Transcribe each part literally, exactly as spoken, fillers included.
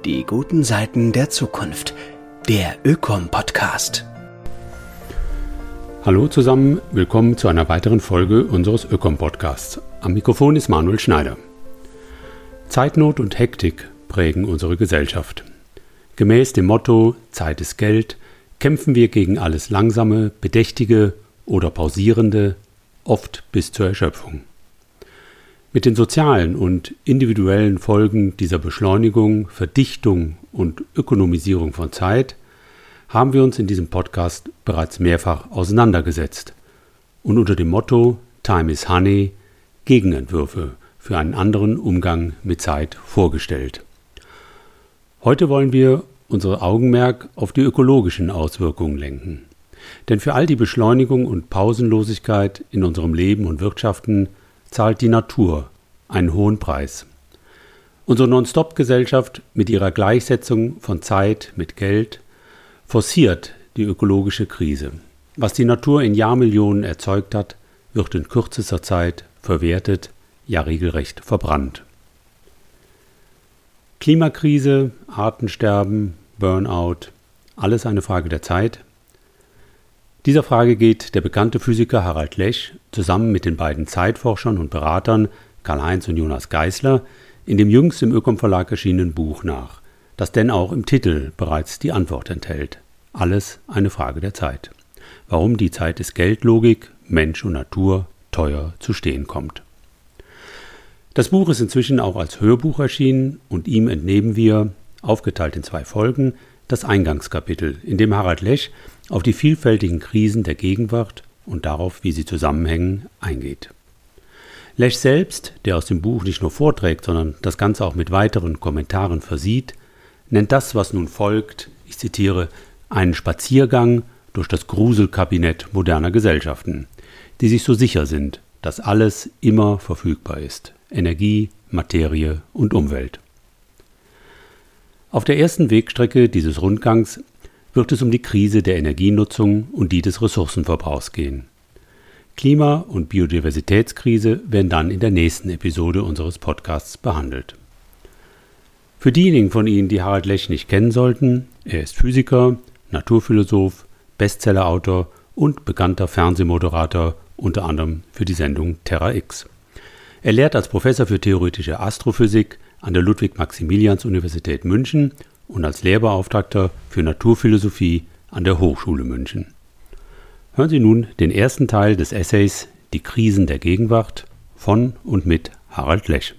Die guten Seiten der Zukunft. Der Ökom-Podcast. Hallo zusammen, willkommen zu einer weiteren Folge unseres Ökom-Podcasts. Am Mikrofon ist Manuel Schneider. Zeitnot und Hektik prägen unsere Gesellschaft. Gemäß dem Motto Zeit ist Geld kämpfen wir gegen alles Langsame, Bedächtige oder Pausierende, oft bis zur Erschöpfung. Mit den sozialen und individuellen Folgen dieser Beschleunigung, Verdichtung und Ökonomisierung von Zeit haben wir uns in diesem Podcast bereits mehrfach auseinandergesetzt und unter dem Motto Time is Honey Gegenentwürfe für einen anderen Umgang mit Zeit vorgestellt. Heute wollen wir unser Augenmerk auf die ökologischen Auswirkungen lenken. Denn für all die Beschleunigung und Pausenlosigkeit in unserem Leben und Wirtschaften zahlt die Natur einen hohen Preis. Unsere Non-Stop-Gesellschaft mit ihrer Gleichsetzung von Zeit mit Geld forciert die ökologische Krise. Was die Natur in Jahrmillionen erzeugt hat, wird in kürzester Zeit verwertet, ja regelrecht verbrannt. Klimakrise, Artensterben, Burnout, alles eine Frage der Zeit. Dieser Frage geht der bekannte Physiker Harald Lesch zusammen mit den beiden Zeitforschern und Beratern Karl-Heinz und Jonas Geisler in dem jüngst im Ökom Verlag erschienenen Buch nach, das denn auch im Titel bereits die Antwort enthält. Alles eine Frage der Zeit. Warum die Zeit ist Geldlogik, Mensch und Natur teuer zu stehen kommt. Das Buch ist inzwischen auch als Hörbuch erschienen und ihm entnehmen wir, aufgeteilt in zwei Folgen, das Eingangskapitel, in dem Harald Lesch auf die vielfältigen Krisen der Gegenwart und darauf, wie sie zusammenhängen, eingeht. Lesch selbst, der aus dem Buch nicht nur vorträgt, sondern das Ganze auch mit weiteren Kommentaren versieht, nennt das, was nun folgt, ich zitiere, einen Spaziergang durch das Gruselkabinett moderner Gesellschaften, die sich so sicher sind, dass alles immer verfügbar ist, Energie, Materie und Umwelt. Auf der ersten Wegstrecke dieses Rundgangs wird es um die Krise der Energienutzung und die des Ressourcenverbrauchs gehen. Klima- und Biodiversitätskrise werden dann in der nächsten Episode unseres Podcasts behandelt. Für diejenigen von Ihnen, die Harald Lesch nicht kennen sollten, er ist Physiker, Naturphilosoph, Bestsellerautor und bekannter Fernsehmoderator, unter anderem für die Sendung Terra X. Er lehrt als Professor für theoretische Astrophysik an der Ludwig-Maximilians-Universität München und als Lehrbeauftragter für Naturphilosophie an der Hochschule München. Hören Sie nun den ersten Teil des Essays Die Krisen der Gegenwart von und mit Harald Lesch.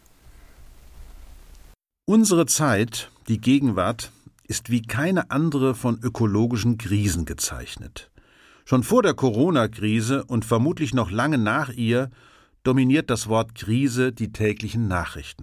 Unsere Zeit, die Gegenwart, ist wie keine andere von ökologischen Krisen gezeichnet. Schon vor der Corona-Krise und vermutlich noch lange nach ihr dominiert das Wort Krise die täglichen Nachrichten.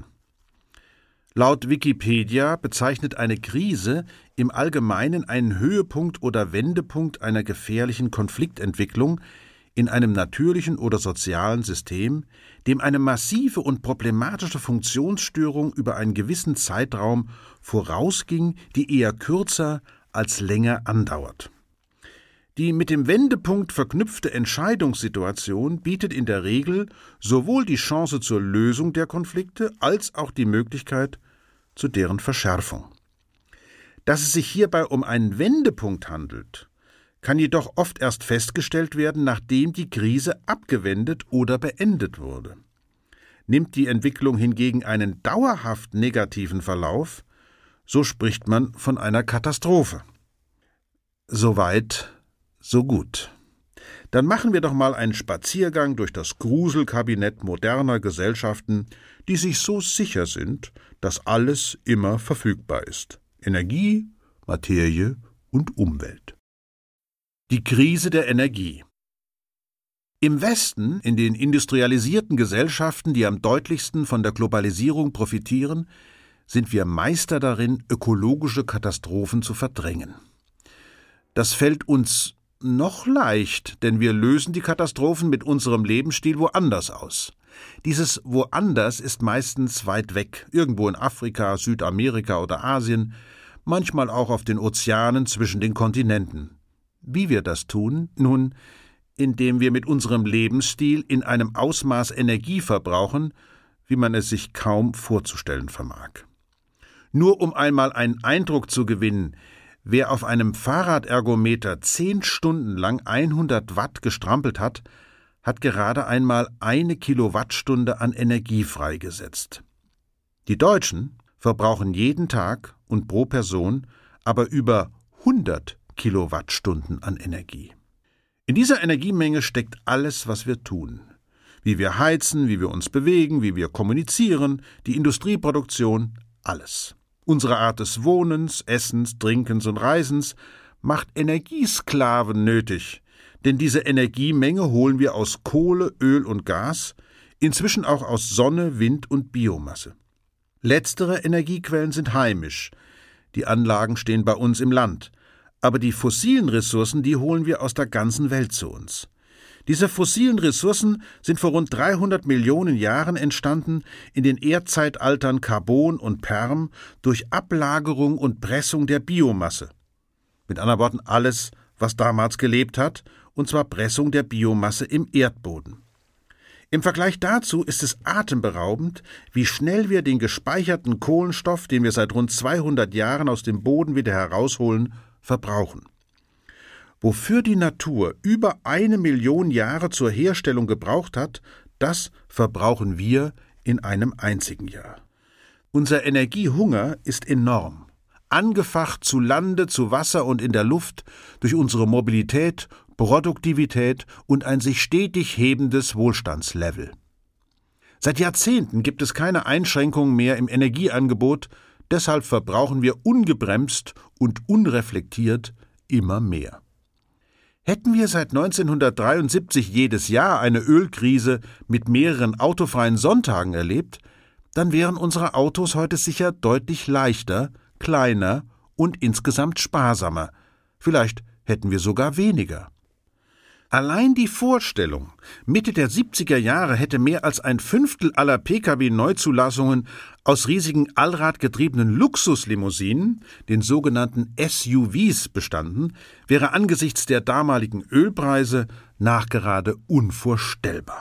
Laut Wikipedia bezeichnet eine Krise im Allgemeinen einen Höhepunkt oder Wendepunkt einer gefährlichen Konfliktentwicklung in einem natürlichen oder sozialen System, dem eine massive und problematische Funktionsstörung über einen gewissen Zeitraum vorausging, die eher kürzer als länger andauert. Die mit dem Wendepunkt verknüpfte Entscheidungssituation bietet in der Regel sowohl die Chance zur Lösung der Konflikte als auch die Möglichkeit zu deren Verschärfung. Dass es sich hierbei um einen Wendepunkt handelt, kann jedoch oft erst festgestellt werden, nachdem die Krise abgewendet oder beendet wurde. Nimmt die Entwicklung hingegen einen dauerhaft negativen Verlauf, so spricht man von einer Katastrophe. Soweit, so gut. Dann machen wir doch mal einen Spaziergang durch das Gruselkabinett moderner Gesellschaften, die sich so sicher sind, dass alles immer verfügbar ist. Energie, Materie und Umwelt. Die Krise der Energie. Im Westen, in den industrialisierten Gesellschaften, die am deutlichsten von der Globalisierung profitieren, sind wir Meister darin, ökologische Katastrophen zu verdrängen. Das fällt uns noch leicht, denn wir lösen die Katastrophen mit unserem Lebensstil woanders aus. Dieses Woanders ist meistens weit weg, irgendwo in Afrika, Südamerika oder Asien, manchmal auch auf den Ozeanen zwischen den Kontinenten. Wie wir das tun? Nun, indem wir mit unserem Lebensstil in einem Ausmaß Energie verbrauchen, wie man es sich kaum vorzustellen vermag. Nur um einmal einen Eindruck zu gewinnen: Wer auf einem Fahrradergometer zehn Stunden lang hundert Watt gestrampelt hat, hat gerade einmal eine Kilowattstunde an Energie freigesetzt. Die Deutschen verbrauchen jeden Tag und pro Person aber über hundert Kilowattstunden an Energie. In dieser Energiemenge steckt alles, was wir tun. Wie wir heizen, wie wir uns bewegen, wie wir kommunizieren, die Industrieproduktion, alles. Unsere Art des Wohnens, Essens, Trinkens und Reisens macht Energiesklaven nötig, denn diese Energiemenge holen wir aus Kohle, Öl und Gas, inzwischen auch aus Sonne, Wind und Biomasse. Letztere Energiequellen sind heimisch, die Anlagen stehen bei uns im Land, aber die fossilen Ressourcen, die holen wir aus der ganzen Welt zu uns. Diese fossilen Ressourcen sind vor rund dreihundert Millionen Jahren entstanden in den Erdzeitaltern Carbon und Perm durch Ablagerung und Pressung der Biomasse. Mit anderen Worten alles, was damals gelebt hat, und zwar Pressung der Biomasse im Erdboden. Im Vergleich dazu ist es atemberaubend, wie schnell wir den gespeicherten Kohlenstoff, den wir seit rund zweihundert Jahren aus dem Boden wieder herausholen, verbrauchen. Wofür die Natur über eine Million Jahre zur Herstellung gebraucht hat, das verbrauchen wir in einem einzigen Jahr. Unser Energiehunger ist enorm, angefacht zu Lande, zu Wasser und in der Luft durch unsere Mobilität, Produktivität und ein sich stetig hebendes Wohlstandslevel. Seit Jahrzehnten gibt es keine Einschränkungen mehr im Energieangebot, deshalb verbrauchen wir ungebremst und unreflektiert immer mehr. Hätten wir seit neunzehnhundertdreiundsiebzig jedes Jahr eine Ölkrise mit mehreren autofreien Sonntagen erlebt, dann wären unsere Autos heute sicher deutlich leichter, kleiner und insgesamt sparsamer. Vielleicht hätten wir sogar weniger. Allein die Vorstellung, Mitte der siebziger Jahre hätte mehr als ein Fünftel aller Pkw-Neuzulassungen aus riesigen allradgetriebenen Luxuslimousinen, den sogenannten S U Vs, bestanden, wäre angesichts der damaligen Ölpreise nachgerade unvorstellbar.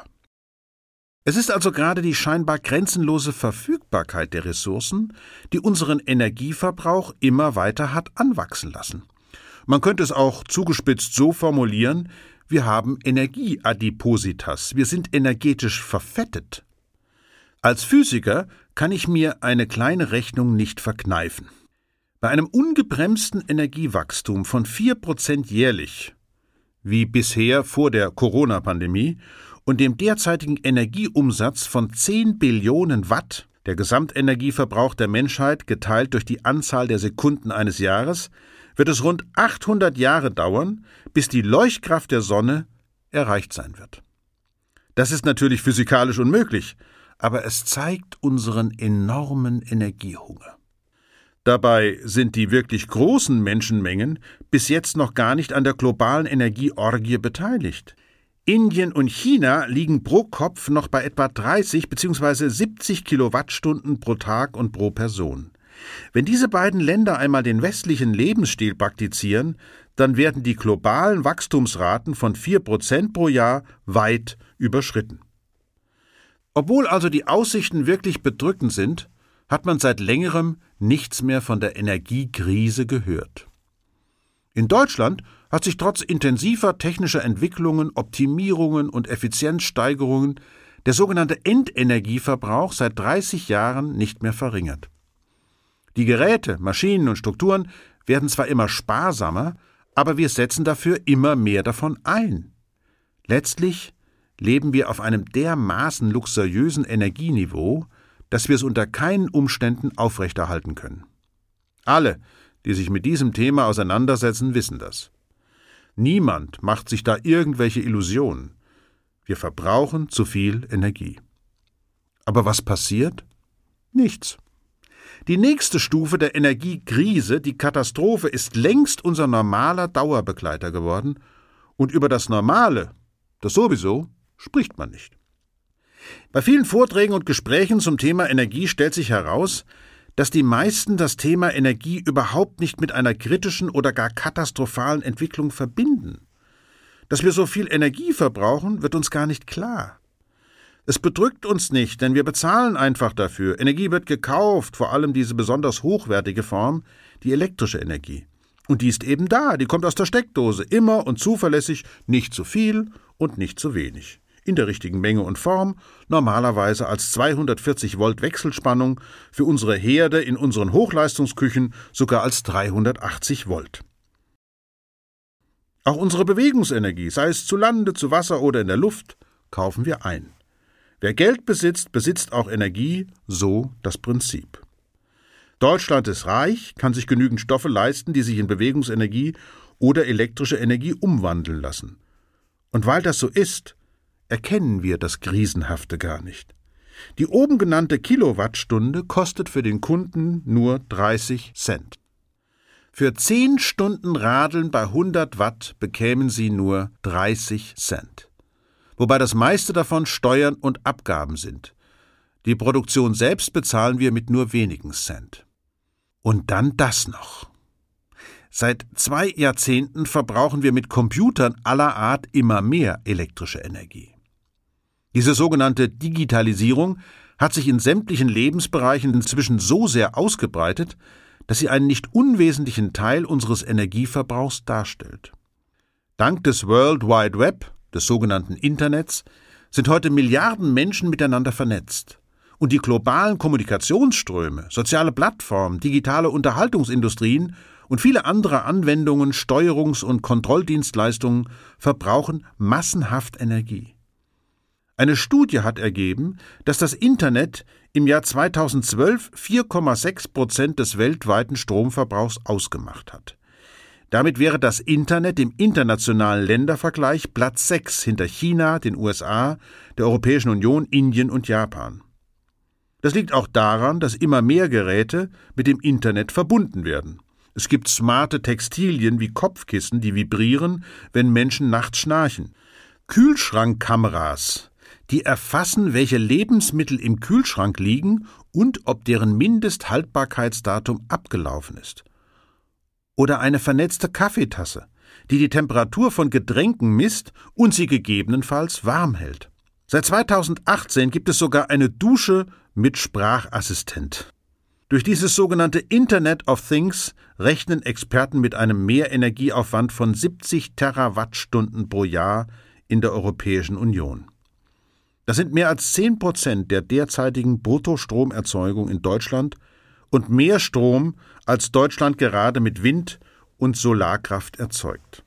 Es ist also gerade die scheinbar grenzenlose Verfügbarkeit der Ressourcen, die unseren Energieverbrauch immer weiter hat anwachsen lassen. Man könnte es auch zugespitzt so formulieren: Wir haben Energieadipositas, wir sind energetisch verfettet. Als Physiker kann ich mir eine kleine Rechnung nicht verkneifen. Bei einem ungebremsten Energiewachstum von vier Prozent jährlich, wie bisher vor der Corona-Pandemie, und dem derzeitigen Energieumsatz von zehn Billionen Watt, der Gesamtenergieverbrauch der Menschheit geteilt durch die Anzahl der Sekunden eines Jahres, wird es rund achthundert Jahre dauern, bis die Leuchtkraft der Sonne erreicht sein wird. Das ist natürlich physikalisch unmöglich, aber es zeigt unseren enormen Energiehunger. Dabei sind die wirklich großen Menschenmengen bis jetzt noch gar nicht an der globalen Energieorgie beteiligt. Indien und China liegen pro Kopf noch bei etwa dreißig bzw. siebzig Kilowattstunden pro Tag und pro Person. Wenn diese beiden Länder einmal den westlichen Lebensstil praktizieren, dann werden die globalen Wachstumsraten von vier Prozent pro Jahr weit überschritten. Obwohl also die Aussichten wirklich bedrückend sind, hat man seit längerem nichts mehr von der Energiekrise gehört. In Deutschland hat sich trotz intensiver technischer Entwicklungen, Optimierungen und Effizienzsteigerungen der sogenannte Endenergieverbrauch seit dreißig Jahren nicht mehr verringert. Die Geräte, Maschinen und Strukturen werden zwar immer sparsamer, aber wir setzen dafür immer mehr davon ein. Letztlich leben wir auf einem dermaßen luxuriösen Energieniveau, dass wir es unter keinen Umständen aufrechterhalten können. Alle, die sich mit diesem Thema auseinandersetzen, wissen das. Niemand macht sich da irgendwelche Illusionen. Wir verbrauchen zu viel Energie. Aber was passiert? Nichts. Die nächste Stufe der Energiekrise, die Katastrophe, ist längst unser normaler Dauerbegleiter geworden, und über das Normale, das sowieso, spricht man nicht. Bei vielen Vorträgen und Gesprächen zum Thema Energie stellt sich heraus, dass die meisten das Thema Energie überhaupt nicht mit einer kritischen oder gar katastrophalen Entwicklung verbinden. Dass wir so viel Energie verbrauchen, wird uns gar nicht klar. Es bedrückt uns nicht, denn wir bezahlen einfach dafür. Energie wird gekauft, vor allem diese besonders hochwertige Form, die elektrische Energie. Und die ist eben da, die kommt aus der Steckdose, immer und zuverlässig, nicht zu viel und nicht zu wenig. In der richtigen Menge und Form, normalerweise als zweihundertvierzig Volt Wechselspannung, für unsere Herde in unseren Hochleistungsküchen sogar als dreihundertachtzig Volt. Auch unsere Bewegungsenergie, sei es zu Lande, zu Wasser oder in der Luft, kaufen wir ein. Wer Geld besitzt, besitzt auch Energie, so das Prinzip. Deutschland ist reich, kann sich genügend Stoffe leisten, die sich in Bewegungsenergie oder elektrische Energie umwandeln lassen. Und weil das so ist, erkennen wir das Krisenhafte gar nicht. Die oben genannte Kilowattstunde kostet für den Kunden nur dreißig Cent. Für zehn Stunden Radeln bei hundert Watt bekämen Sie nur dreißig Cent. Wobei das meiste davon Steuern und Abgaben sind. Die Produktion selbst bezahlen wir mit nur wenigen Cent. Und dann das noch. Seit zwei Jahrzehnten verbrauchen wir mit Computern aller Art immer mehr elektrische Energie. Diese sogenannte Digitalisierung hat sich in sämtlichen Lebensbereichen inzwischen so sehr ausgebreitet, dass sie einen nicht unwesentlichen Teil unseres Energieverbrauchs darstellt. Dank des World Wide Web, des sogenannten Internets, sind heute Milliarden Menschen miteinander vernetzt. Und die globalen Kommunikationsströme, soziale Plattformen, digitale Unterhaltungsindustrien und viele andere Anwendungen, Steuerungs- und Kontrolldienstleistungen verbrauchen massenhaft Energie. Eine Studie hat ergeben, dass das Internet im Jahr zweitausendzwölf vier Komma sechs Prozent des weltweiten Stromverbrauchs ausgemacht hat. Damit wäre das Internet im internationalen Ländervergleich Platz sechs hinter China, den U S A, der Europäischen Union, Indien und Japan. Das liegt auch daran, dass immer mehr Geräte mit dem Internet verbunden werden. Es gibt smarte Textilien wie Kopfkissen, die vibrieren, wenn Menschen nachts schnarchen. Kühlschrankkameras, die erfassen, welche Lebensmittel im Kühlschrank liegen und ob deren Mindesthaltbarkeitsdatum abgelaufen ist. Oder eine vernetzte Kaffeetasse, die die Temperatur von Getränken misst und sie gegebenenfalls warm hält. Seit zweitausendachtzehn gibt es sogar eine Dusche mit Sprachassistent. Durch dieses sogenannte Internet of Things rechnen Experten mit einem Mehrenergieaufwand von siebzig Terawattstunden pro Jahr in der Europäischen Union. Das sind mehr als zehn Prozent der derzeitigen Bruttostromerzeugung in Deutschland und mehr Strom, als Deutschland gerade mit Wind- und Solarkraft erzeugt.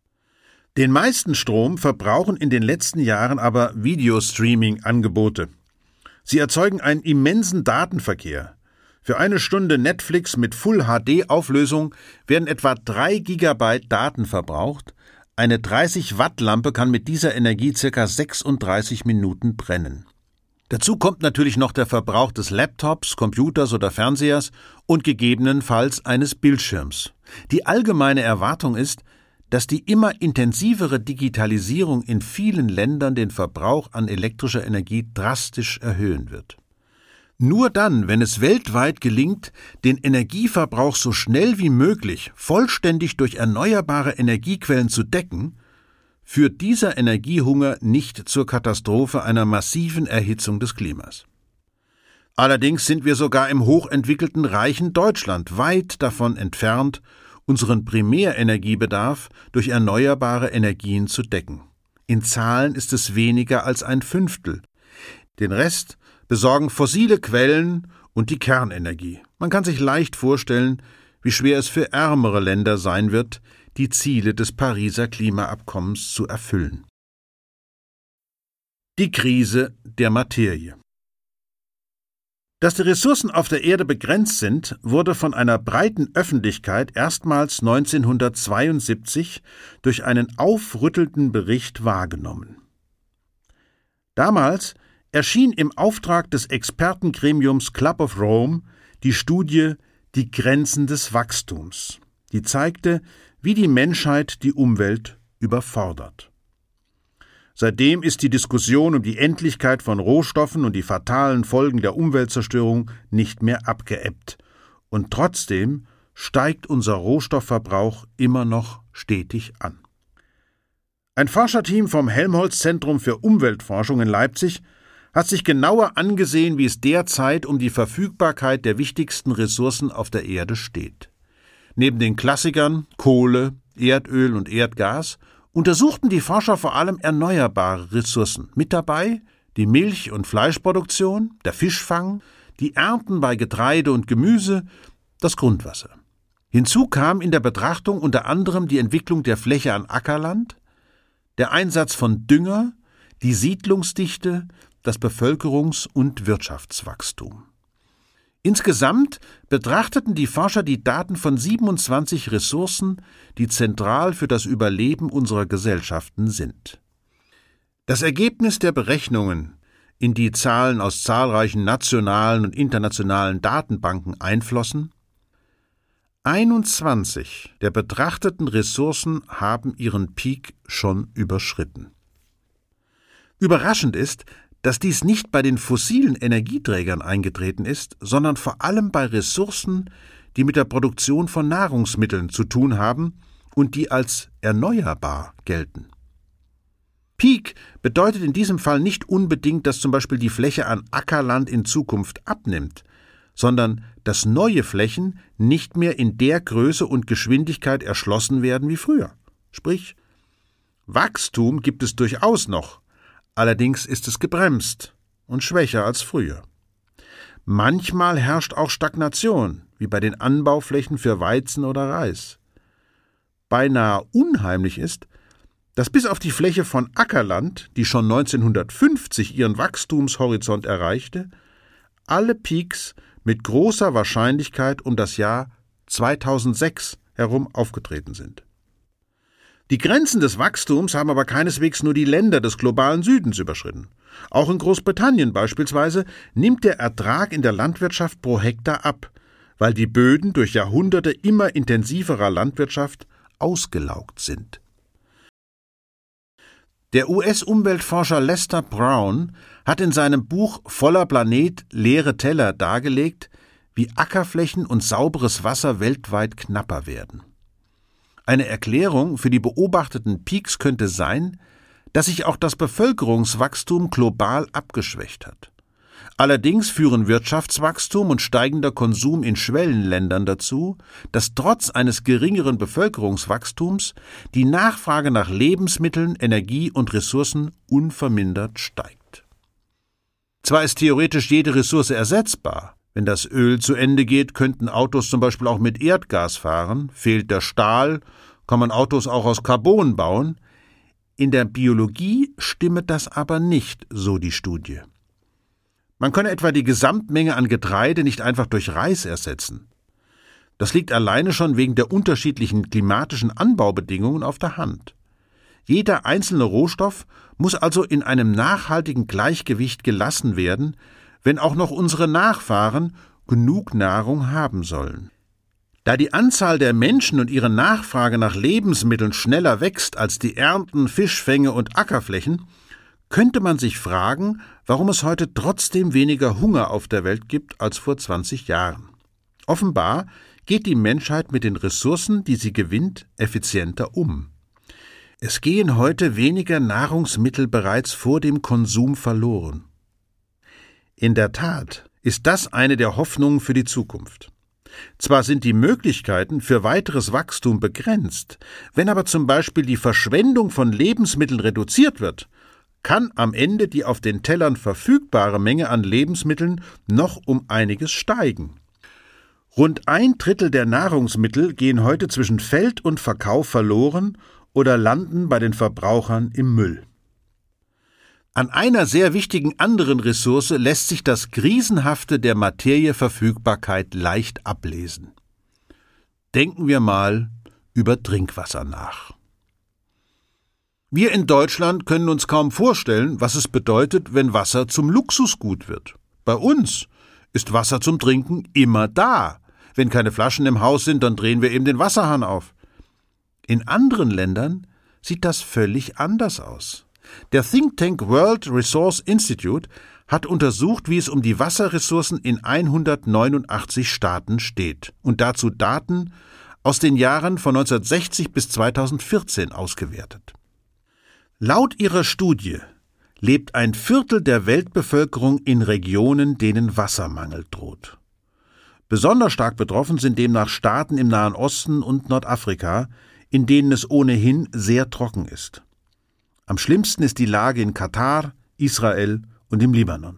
Den meisten Strom verbrauchen in den letzten Jahren aber Videostreaming-Angebote. Sie erzeugen einen immensen Datenverkehr. Für eine Stunde Netflix mit Full-H D-Auflösung werden etwa drei Gigabyte Daten verbraucht. Eine dreißig Watt Lampe kann mit dieser Energie ca. sechsunddreißig Minuten brennen. Dazu kommt natürlich noch der Verbrauch des Laptops, Computers oder Fernsehers und gegebenenfalls eines Bildschirms. Die allgemeine Erwartung ist, dass die immer intensivere Digitalisierung in vielen Ländern den Verbrauch an elektrischer Energie drastisch erhöhen wird. Nur dann, wenn es weltweit gelingt, den Energieverbrauch so schnell wie möglich vollständig durch erneuerbare Energiequellen zu decken, führt dieser Energiehunger nicht zur Katastrophe einer massiven Erhitzung des Klimas. Allerdings sind wir sogar im hochentwickelten reichen Deutschland weit davon entfernt, unseren Primärenergiebedarf durch erneuerbare Energien zu decken. In Zahlen ist es weniger als ein Fünftel. Den Rest besorgen fossile Quellen und die Kernenergie. Man kann sich leicht vorstellen, wie schwer es für ärmere Länder sein wird, die Ziele des Pariser Klimaabkommens zu erfüllen. Die Krise der Materie. Dass die Ressourcen auf der Erde begrenzt sind, wurde von einer breiten Öffentlichkeit erstmals neunzehnhundertzweiundsiebzig durch einen aufrüttelnden Bericht wahrgenommen. Damals erschien im Auftrag des Expertengremiums Club of Rome die Studie »Die Grenzen des Wachstums«, die zeigte, wie die Menschheit die Umwelt überfordert. Seitdem ist die Diskussion um die Endlichkeit von Rohstoffen und die fatalen Folgen der Umweltzerstörung nicht mehr abgeebbt. Und trotzdem steigt unser Rohstoffverbrauch immer noch stetig an. Ein Forscherteam vom Helmholtz-Zentrum für Umweltforschung in Leipzig hat sich genauer angesehen, wie es derzeit um die Verfügbarkeit der wichtigsten Ressourcen auf der Erde steht. Neben den Klassikern Kohle, Erdöl und Erdgas untersuchten die Forscher vor allem erneuerbare Ressourcen. Mit dabei die Milch- und Fleischproduktion, der Fischfang, die Ernten bei Getreide und Gemüse, das Grundwasser. Hinzu kam in der Betrachtung unter anderem die Entwicklung der Fläche an Ackerland, der Einsatz von Dünger, die Siedlungsdichte, das Bevölkerungs- und Wirtschaftswachstum. Insgesamt betrachteten die Forscher die Daten von siebenundzwanzig Ressourcen, die zentral für das Überleben unserer Gesellschaften sind. Das Ergebnis der Berechnungen, in die Zahlen aus zahlreichen nationalen und internationalen Datenbanken einflossen: einundzwanzig der betrachteten Ressourcen haben ihren Peak schon überschritten. Überraschend ist, dass dies nicht bei den fossilen Energieträgern eingetreten ist, sondern vor allem bei Ressourcen, die mit der Produktion von Nahrungsmitteln zu tun haben und die als erneuerbar gelten. Peak bedeutet in diesem Fall nicht unbedingt, dass zum Beispiel die Fläche an Ackerland in Zukunft abnimmt, sondern dass neue Flächen nicht mehr in der Größe und Geschwindigkeit erschlossen werden wie früher. Sprich, Wachstum gibt es durchaus noch, allerdings ist es gebremst und schwächer als früher. Manchmal herrscht auch Stagnation, wie bei den Anbauflächen für Weizen oder Reis. Beinahe unheimlich ist, dass bis auf die Fläche von Ackerland, die schon neunzehnhundertfünfzig ihren Wachstumshorizont erreichte, alle Peaks mit großer Wahrscheinlichkeit um das Jahr zweitausendsechs herum aufgetreten sind. Die Grenzen des Wachstums haben aber keineswegs nur die Länder des globalen Südens überschritten. Auch in Großbritannien beispielsweise nimmt der Ertrag in der Landwirtschaft pro Hektar ab, weil die Böden durch Jahrhunderte immer intensiverer Landwirtschaft ausgelaugt sind. Der U S-Umweltforscher Lester Brown hat in seinem Buch Voller Planet, leere Teller dargelegt, wie Ackerflächen und sauberes Wasser weltweit knapper werden. Eine Erklärung für die beobachteten Peaks könnte sein, dass sich auch das Bevölkerungswachstum global abgeschwächt hat. Allerdings führen Wirtschaftswachstum und steigender Konsum in Schwellenländern dazu, dass trotz eines geringeren Bevölkerungswachstums die Nachfrage nach Lebensmitteln, Energie und Ressourcen unvermindert steigt. Zwar ist theoretisch jede Ressource ersetzbar. Wenn das Öl zu Ende geht, könnten Autos zum Beispiel auch mit Erdgas fahren. Fehlt der Stahl, kann man Autos auch aus Carbon bauen. In der Biologie stimme das aber nicht, so die Studie. Man könne etwa die Gesamtmenge an Getreide nicht einfach durch Reis ersetzen. Das liegt alleine schon wegen der unterschiedlichen klimatischen Anbaubedingungen auf der Hand. Jeder einzelne Rohstoff muss also in einem nachhaltigen Gleichgewicht gelassen werden, wenn auch noch unsere Nachfahren genug Nahrung haben sollen. Da die Anzahl der Menschen und ihre Nachfrage nach Lebensmitteln schneller wächst als die Ernten, Fischfänge und Ackerflächen, könnte man sich fragen, warum es heute trotzdem weniger Hunger auf der Welt gibt als vor zwanzig Jahren. Offenbar geht die Menschheit mit den Ressourcen, die sie gewinnt, effizienter um. Es gehen heute weniger Nahrungsmittel bereits vor dem Konsum verloren. In der Tat ist das eine der Hoffnungen für die Zukunft. Zwar sind die Möglichkeiten für weiteres Wachstum begrenzt, wenn aber zum Beispiel die Verschwendung von Lebensmitteln reduziert wird, kann am Ende die auf den Tellern verfügbare Menge an Lebensmitteln noch um einiges steigen. Rund ein Drittel der Nahrungsmittel gehen heute zwischen Feld und Verkauf verloren oder landen bei den Verbrauchern im Müll. An einer sehr wichtigen anderen Ressource lässt sich das Krisenhafte der Materieverfügbarkeit leicht ablesen. Denken wir mal über Trinkwasser nach. Wir in Deutschland können uns kaum vorstellen, was es bedeutet, wenn Wasser zum Luxusgut wird. Bei uns ist Wasser zum Trinken immer da. Wenn keine Flaschen im Haus sind, dann drehen wir eben den Wasserhahn auf. In anderen Ländern sieht das völlig anders aus. Der Think Tank World Resource Institute hat untersucht, wie es um die Wasserressourcen in hundertneunundachtzig Staaten steht und dazu Daten aus den Jahren von neunzehnhundertsechzig bis zweitausendvierzehn ausgewertet. Laut ihrer Studie lebt ein Viertel der Weltbevölkerung in Regionen, denen Wassermangel droht. Besonders stark betroffen sind demnach Staaten im Nahen Osten und Nordafrika, in denen es ohnehin sehr trocken ist. Am schlimmsten ist die Lage in Katar, Israel und im Libanon.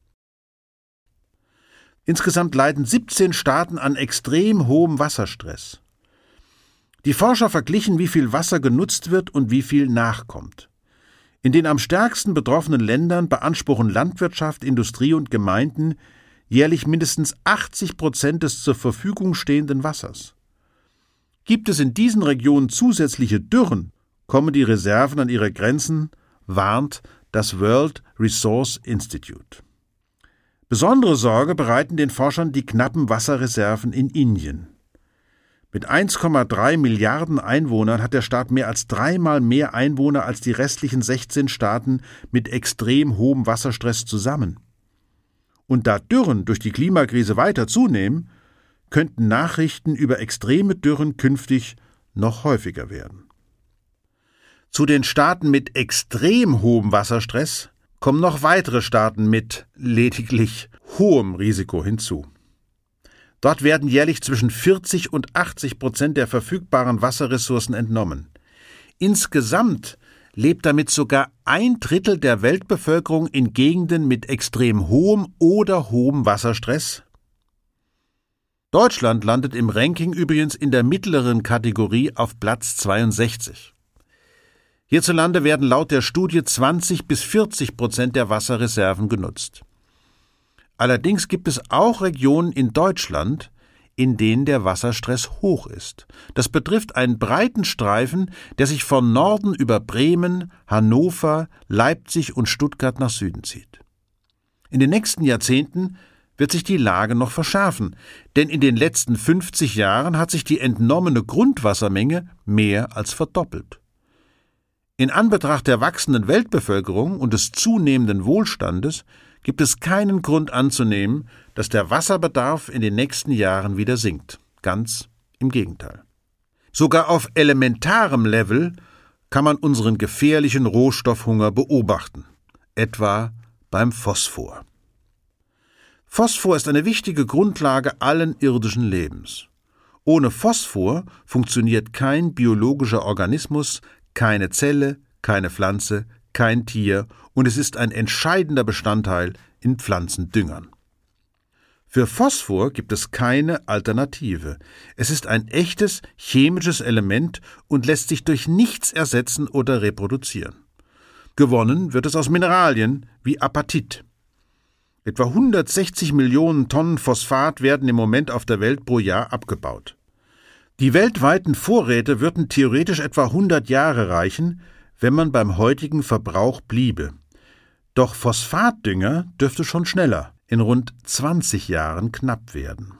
Insgesamt leiden siebzehn Staaten an extrem hohem Wasserstress. Die Forscher verglichen, wie viel Wasser genutzt wird und wie viel nachkommt. In den am stärksten betroffenen Ländern beanspruchen Landwirtschaft, Industrie und Gemeinden jährlich mindestens achtzig Prozent des zur Verfügung stehenden Wassers. Gibt es in diesen Regionen zusätzliche Dürren, kommen die Reserven an ihre Grenzen, warnt das World Resource Institute. Besondere Sorge bereiten den Forschern die knappen Wasserreserven in Indien. Mit eins Komma drei Milliarden Einwohnern hat der Staat mehr als dreimal mehr Einwohner als die restlichen sechzehn Staaten mit extrem hohem Wasserstress zusammen. Und da Dürren durch die Klimakrise weiter zunehmen, könnten Nachrichten über extreme Dürren künftig noch häufiger werden. Zu den Staaten mit extrem hohem Wasserstress kommen noch weitere Staaten mit lediglich hohem Risiko hinzu. Dort werden jährlich zwischen vierzig und achtzig Prozent der verfügbaren Wasserressourcen entnommen. Insgesamt lebt damit sogar ein Drittel der Weltbevölkerung in Gegenden mit extrem hohem oder hohem Wasserstress. Deutschland landet im Ranking übrigens in der mittleren Kategorie auf Platz zweiundsechzig. Hierzulande werden laut der Studie zwanzig bis vierzig Prozent der Wasserreserven genutzt. Allerdings gibt es auch Regionen in Deutschland, in denen der Wasserstress hoch ist. Das betrifft einen breiten Streifen, der sich von Norden über Bremen, Hannover, Leipzig und Stuttgart nach Süden zieht. In den nächsten Jahrzehnten wird sich die Lage noch verschärfen, denn in den letzten fünfzig Jahren hat sich die entnommene Grundwassermenge mehr als verdoppelt. In Anbetracht der wachsenden Weltbevölkerung und des zunehmenden Wohlstandes gibt es keinen Grund anzunehmen, dass der Wasserbedarf in den nächsten Jahren wieder sinkt. Ganz im Gegenteil. Sogar auf elementarem Level kann man unseren gefährlichen Rohstoffhunger beobachten, etwa beim Phosphor. Phosphor ist eine wichtige Grundlage allen irdischen Lebens. Ohne Phosphor funktioniert kein biologischer Organismus, keine Zelle, keine Pflanze, kein Tier und es ist ein entscheidender Bestandteil in Pflanzendüngern. Für Phosphor gibt es keine Alternative. Es ist ein echtes chemisches Element und lässt sich durch nichts ersetzen oder reproduzieren. Gewonnen wird es aus Mineralien wie Apatit. Etwa hundertsechzig Millionen Tonnen Phosphat werden im Moment auf der Welt pro Jahr abgebaut. Die weltweiten Vorräte würden theoretisch etwa hundert Jahre reichen, wenn man beim heutigen Verbrauch bliebe. Doch Phosphatdünger dürfte schon schneller, in rund zwanzig Jahren knapp werden.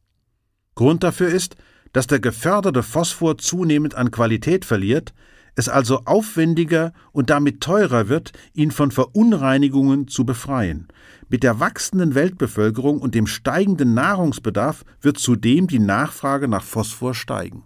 Grund dafür ist, dass der geförderte Phosphor zunehmend an Qualität verliert, es also aufwendiger und damit teurer wird, ihn von Verunreinigungen zu befreien. Mit der wachsenden Weltbevölkerung und dem steigenden Nahrungsbedarf wird zudem die Nachfrage nach Phosphor steigen.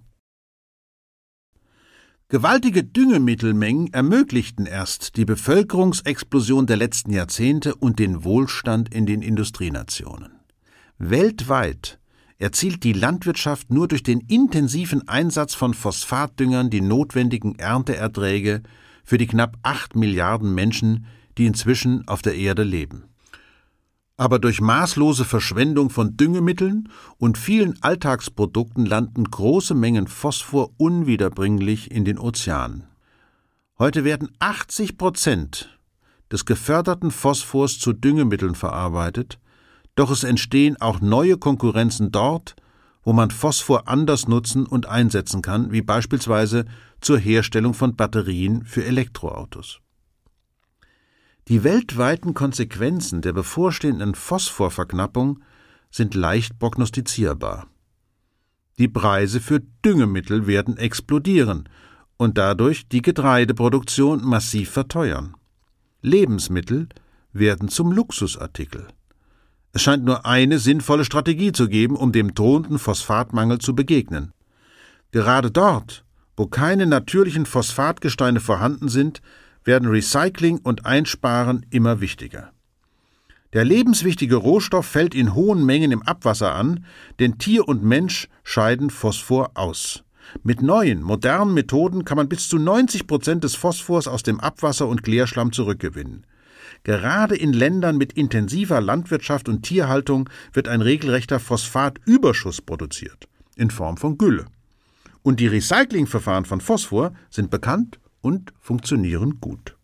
Gewaltige Düngemittelmengen ermöglichten erst die Bevölkerungsexplosion der letzten Jahrzehnte und den Wohlstand in den Industrienationen. Weltweit erzielt die Landwirtschaft nur durch den intensiven Einsatz von Phosphatdüngern die notwendigen Ernteerträge für die knapp acht Milliarden Menschen, die inzwischen auf der Erde leben. Aber durch maßlose Verschwendung von Düngemitteln und vielen Alltagsprodukten landen große Mengen Phosphor unwiederbringlich in den Ozeanen. Heute werden achtzig Prozent des geförderten Phosphors zu Düngemitteln verarbeitet, doch es entstehen auch neue Konkurrenzen dort, wo man Phosphor anders nutzen und einsetzen kann, wie beispielsweise zur Herstellung von Batterien für Elektroautos. Die weltweiten Konsequenzen der bevorstehenden Phosphorverknappung sind leicht prognostizierbar. Die Preise für Düngemittel werden explodieren und dadurch die Getreideproduktion massiv verteuern. Lebensmittel werden zum Luxusartikel. Es scheint nur eine sinnvolle Strategie zu geben, um dem drohenden Phosphatmangel zu begegnen. Gerade dort, wo keine natürlichen Phosphatgesteine vorhanden sind, werden Recycling und Einsparen immer wichtiger. Der lebenswichtige Rohstoff fällt in hohen Mengen im Abwasser an, denn Tier und Mensch scheiden Phosphor aus. Mit neuen, modernen Methoden kann man bis zu neunzig Prozent des Phosphors aus dem Abwasser und Klärschlamm zurückgewinnen. Gerade in Ländern mit intensiver Landwirtschaft und Tierhaltung wird ein regelrechter Phosphatüberschuss produziert, in Form von Gülle. Und die Recyclingverfahren von Phosphor sind bekannt und funktionieren gut.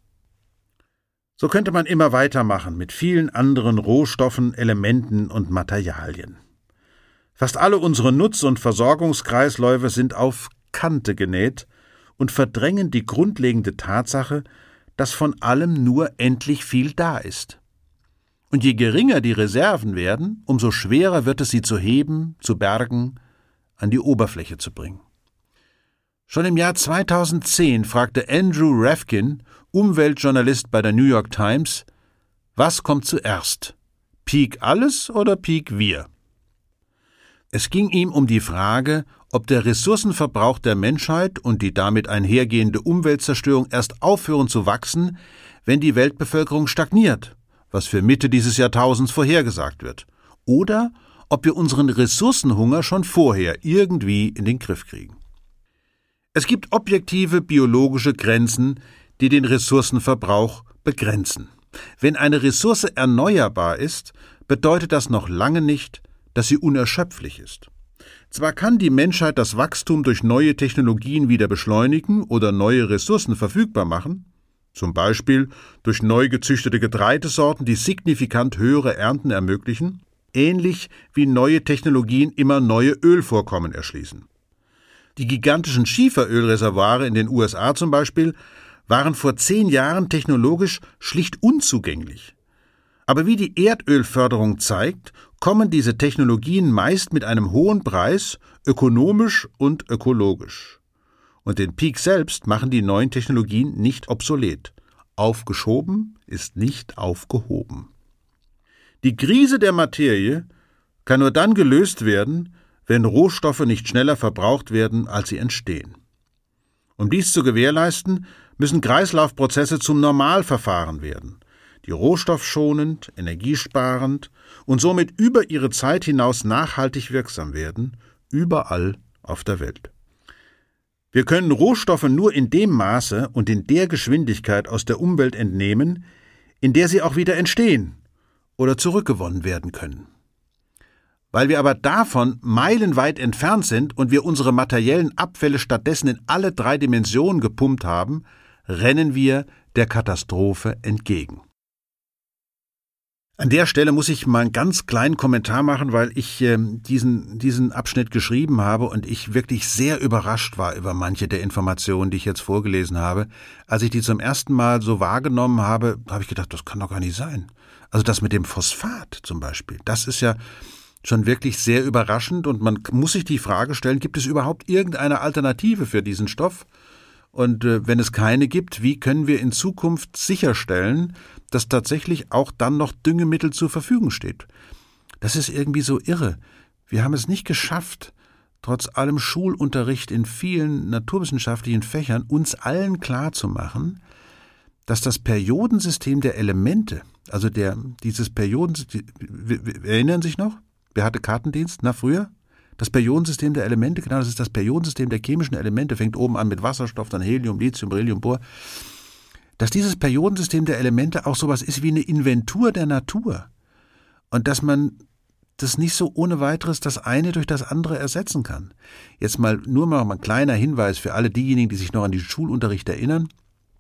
So könnte man immer weitermachen mit vielen anderen Rohstoffen, Elementen und Materialien. Fast alle unsere Nutz- und Versorgungskreisläufe sind auf Kante genäht und verdrängen die grundlegende Tatsache, dass von allem nur endlich viel da ist. Und je geringer die Reserven werden, umso schwerer wird es, sie zu heben, zu bergen, an die Oberfläche zu bringen. Schon im Jahr zweitausendzehn fragte Andrew Revkin, Umweltjournalist bei der New York Times, was kommt zuerst? Peak alles oder Peak wir? Es ging ihm um die Frage, ob der Ressourcenverbrauch der Menschheit und die damit einhergehende Umweltzerstörung erst aufhören zu wachsen, wenn die Weltbevölkerung stagniert, was für Mitte dieses Jahrtausends vorhergesagt wird, oder ob wir unseren Ressourcenhunger schon vorher irgendwie in den Griff kriegen. Es gibt objektive biologische Grenzen, die den Ressourcenverbrauch begrenzen. Wenn eine Ressource erneuerbar ist, bedeutet das noch lange nicht, dass sie unerschöpflich ist. Zwar kann die Menschheit das Wachstum durch neue Technologien wieder beschleunigen oder neue Ressourcen verfügbar machen, zum Beispiel durch neu gezüchtete Getreidesorten, die signifikant höhere Ernten ermöglichen, ähnlich wie neue Technologien immer neue Ölvorkommen erschließen. Die gigantischen Schieferölreservoire in den U S A zum Beispiel waren vor zehn Jahren technologisch schlicht unzugänglich. Aber wie die Erdölförderung zeigt, kommen diese Technologien meist mit einem hohen Preis, ökonomisch und ökologisch. Und den Peak selbst machen die neuen Technologien nicht obsolet. Aufgeschoben ist nicht aufgehoben. Die Krise der Materie kann nur dann gelöst werden, wenn Rohstoffe nicht schneller verbraucht werden, als sie entstehen. Um dies zu gewährleisten, müssen Kreislaufprozesse zum Normalverfahren werden, die rohstoffschonend, energiesparend und somit über ihre Zeit hinaus nachhaltig wirksam werden, überall auf der Welt. Wir können Rohstoffe nur in dem Maße und in der Geschwindigkeit aus der Umwelt entnehmen, in der sie auch wieder entstehen oder zurückgewonnen werden können. Weil wir aber davon meilenweit entfernt sind und wir unsere materiellen Abfälle stattdessen in alle drei Dimensionen gepumpt haben, rennen wir der Katastrophe entgegen. An der Stelle muss ich mal einen ganz kleinen Kommentar machen, weil ich äh, diesen, diesen Abschnitt geschrieben habe und ich wirklich sehr überrascht war über manche der Informationen, die ich jetzt vorgelesen habe. Als ich die zum ersten Mal so wahrgenommen habe, habe ich gedacht, das kann doch gar nicht sein. Also das mit dem Phosphat zum Beispiel, das ist ja schon wirklich sehr überraschend und man muss sich die Frage stellen, gibt es überhaupt irgendeine Alternative für diesen Stoff? Und äh, wenn es keine gibt, wie können wir in Zukunft sicherstellen, dass tatsächlich auch dann noch Düngemittel zur Verfügung steht? Das ist irgendwie so irre. Wir haben es nicht geschafft, trotz allem Schulunterricht in vielen naturwissenschaftlichen Fächern uns allen klarzumachen, dass das Periodensystem der Elemente, also der dieses Periodensystem, erinnern Sie sich noch? Wer hatte Kartendienst? Na, früher? Das Periodensystem der Elemente, genau, das ist das Periodensystem der chemischen Elemente, fängt oben an mit Wasserstoff, dann Helium, Lithium, Beryllium, Bohr. Dass dieses Periodensystem der Elemente auch sowas ist wie eine Inventur der Natur. Und dass man das nicht so ohne weiteres das eine durch das andere ersetzen kann. Jetzt mal nur mal ein kleiner Hinweis für alle diejenigen, die sich noch an den Schulunterricht erinnern.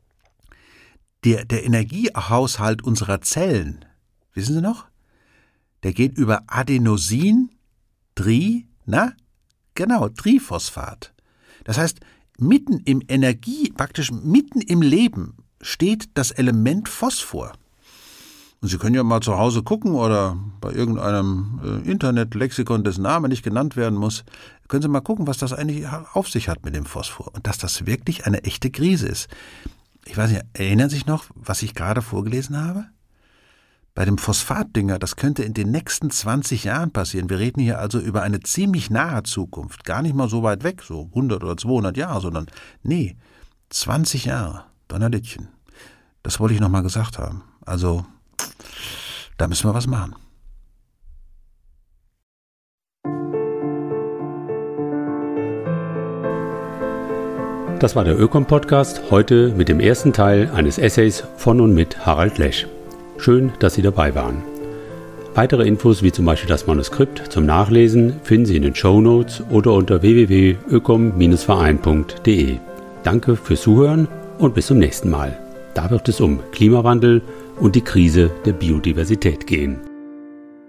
Der, der Energiehaushalt unserer Zellen, wissen Sie noch? Der geht über Adenosin, Tri, na, genau, Triphosphat. Das heißt, mitten im Energie, praktisch mitten im Leben steht das Element Phosphor. Und Sie können ja mal zu Hause gucken oder bei irgendeinem äh, Internetlexikon, dessen Name nicht genannt werden muss, können Sie mal gucken, was das eigentlich auf sich hat mit dem Phosphor und dass das wirklich eine echte Krise ist. Ich weiß nicht, erinnern Sie sich noch, was ich gerade vorgelesen habe? Bei dem Phosphatdünger, das könnte in den nächsten zwanzig Jahren passieren. Wir reden hier also über eine ziemlich nahe Zukunft. Gar nicht mal so weit weg, so hundert oder zweihundert Jahre, sondern nee, zwanzig Jahre. Donnerlittchen. Das wollte ich nochmal gesagt haben. Also, da müssen wir was machen. Das war der Ökom-Podcast, heute mit dem ersten Teil eines Essays von und mit Harald Lesch. Schön, dass Sie dabei waren. Weitere Infos wie zum Beispiel das Manuskript zum Nachlesen finden Sie in den Shownotes oder unter w w w punkt ökom Bindestrich verein punkt d e. Danke fürs Zuhören und bis zum nächsten Mal. Da wird es um Klimawandel und die Krise der Biodiversität gehen.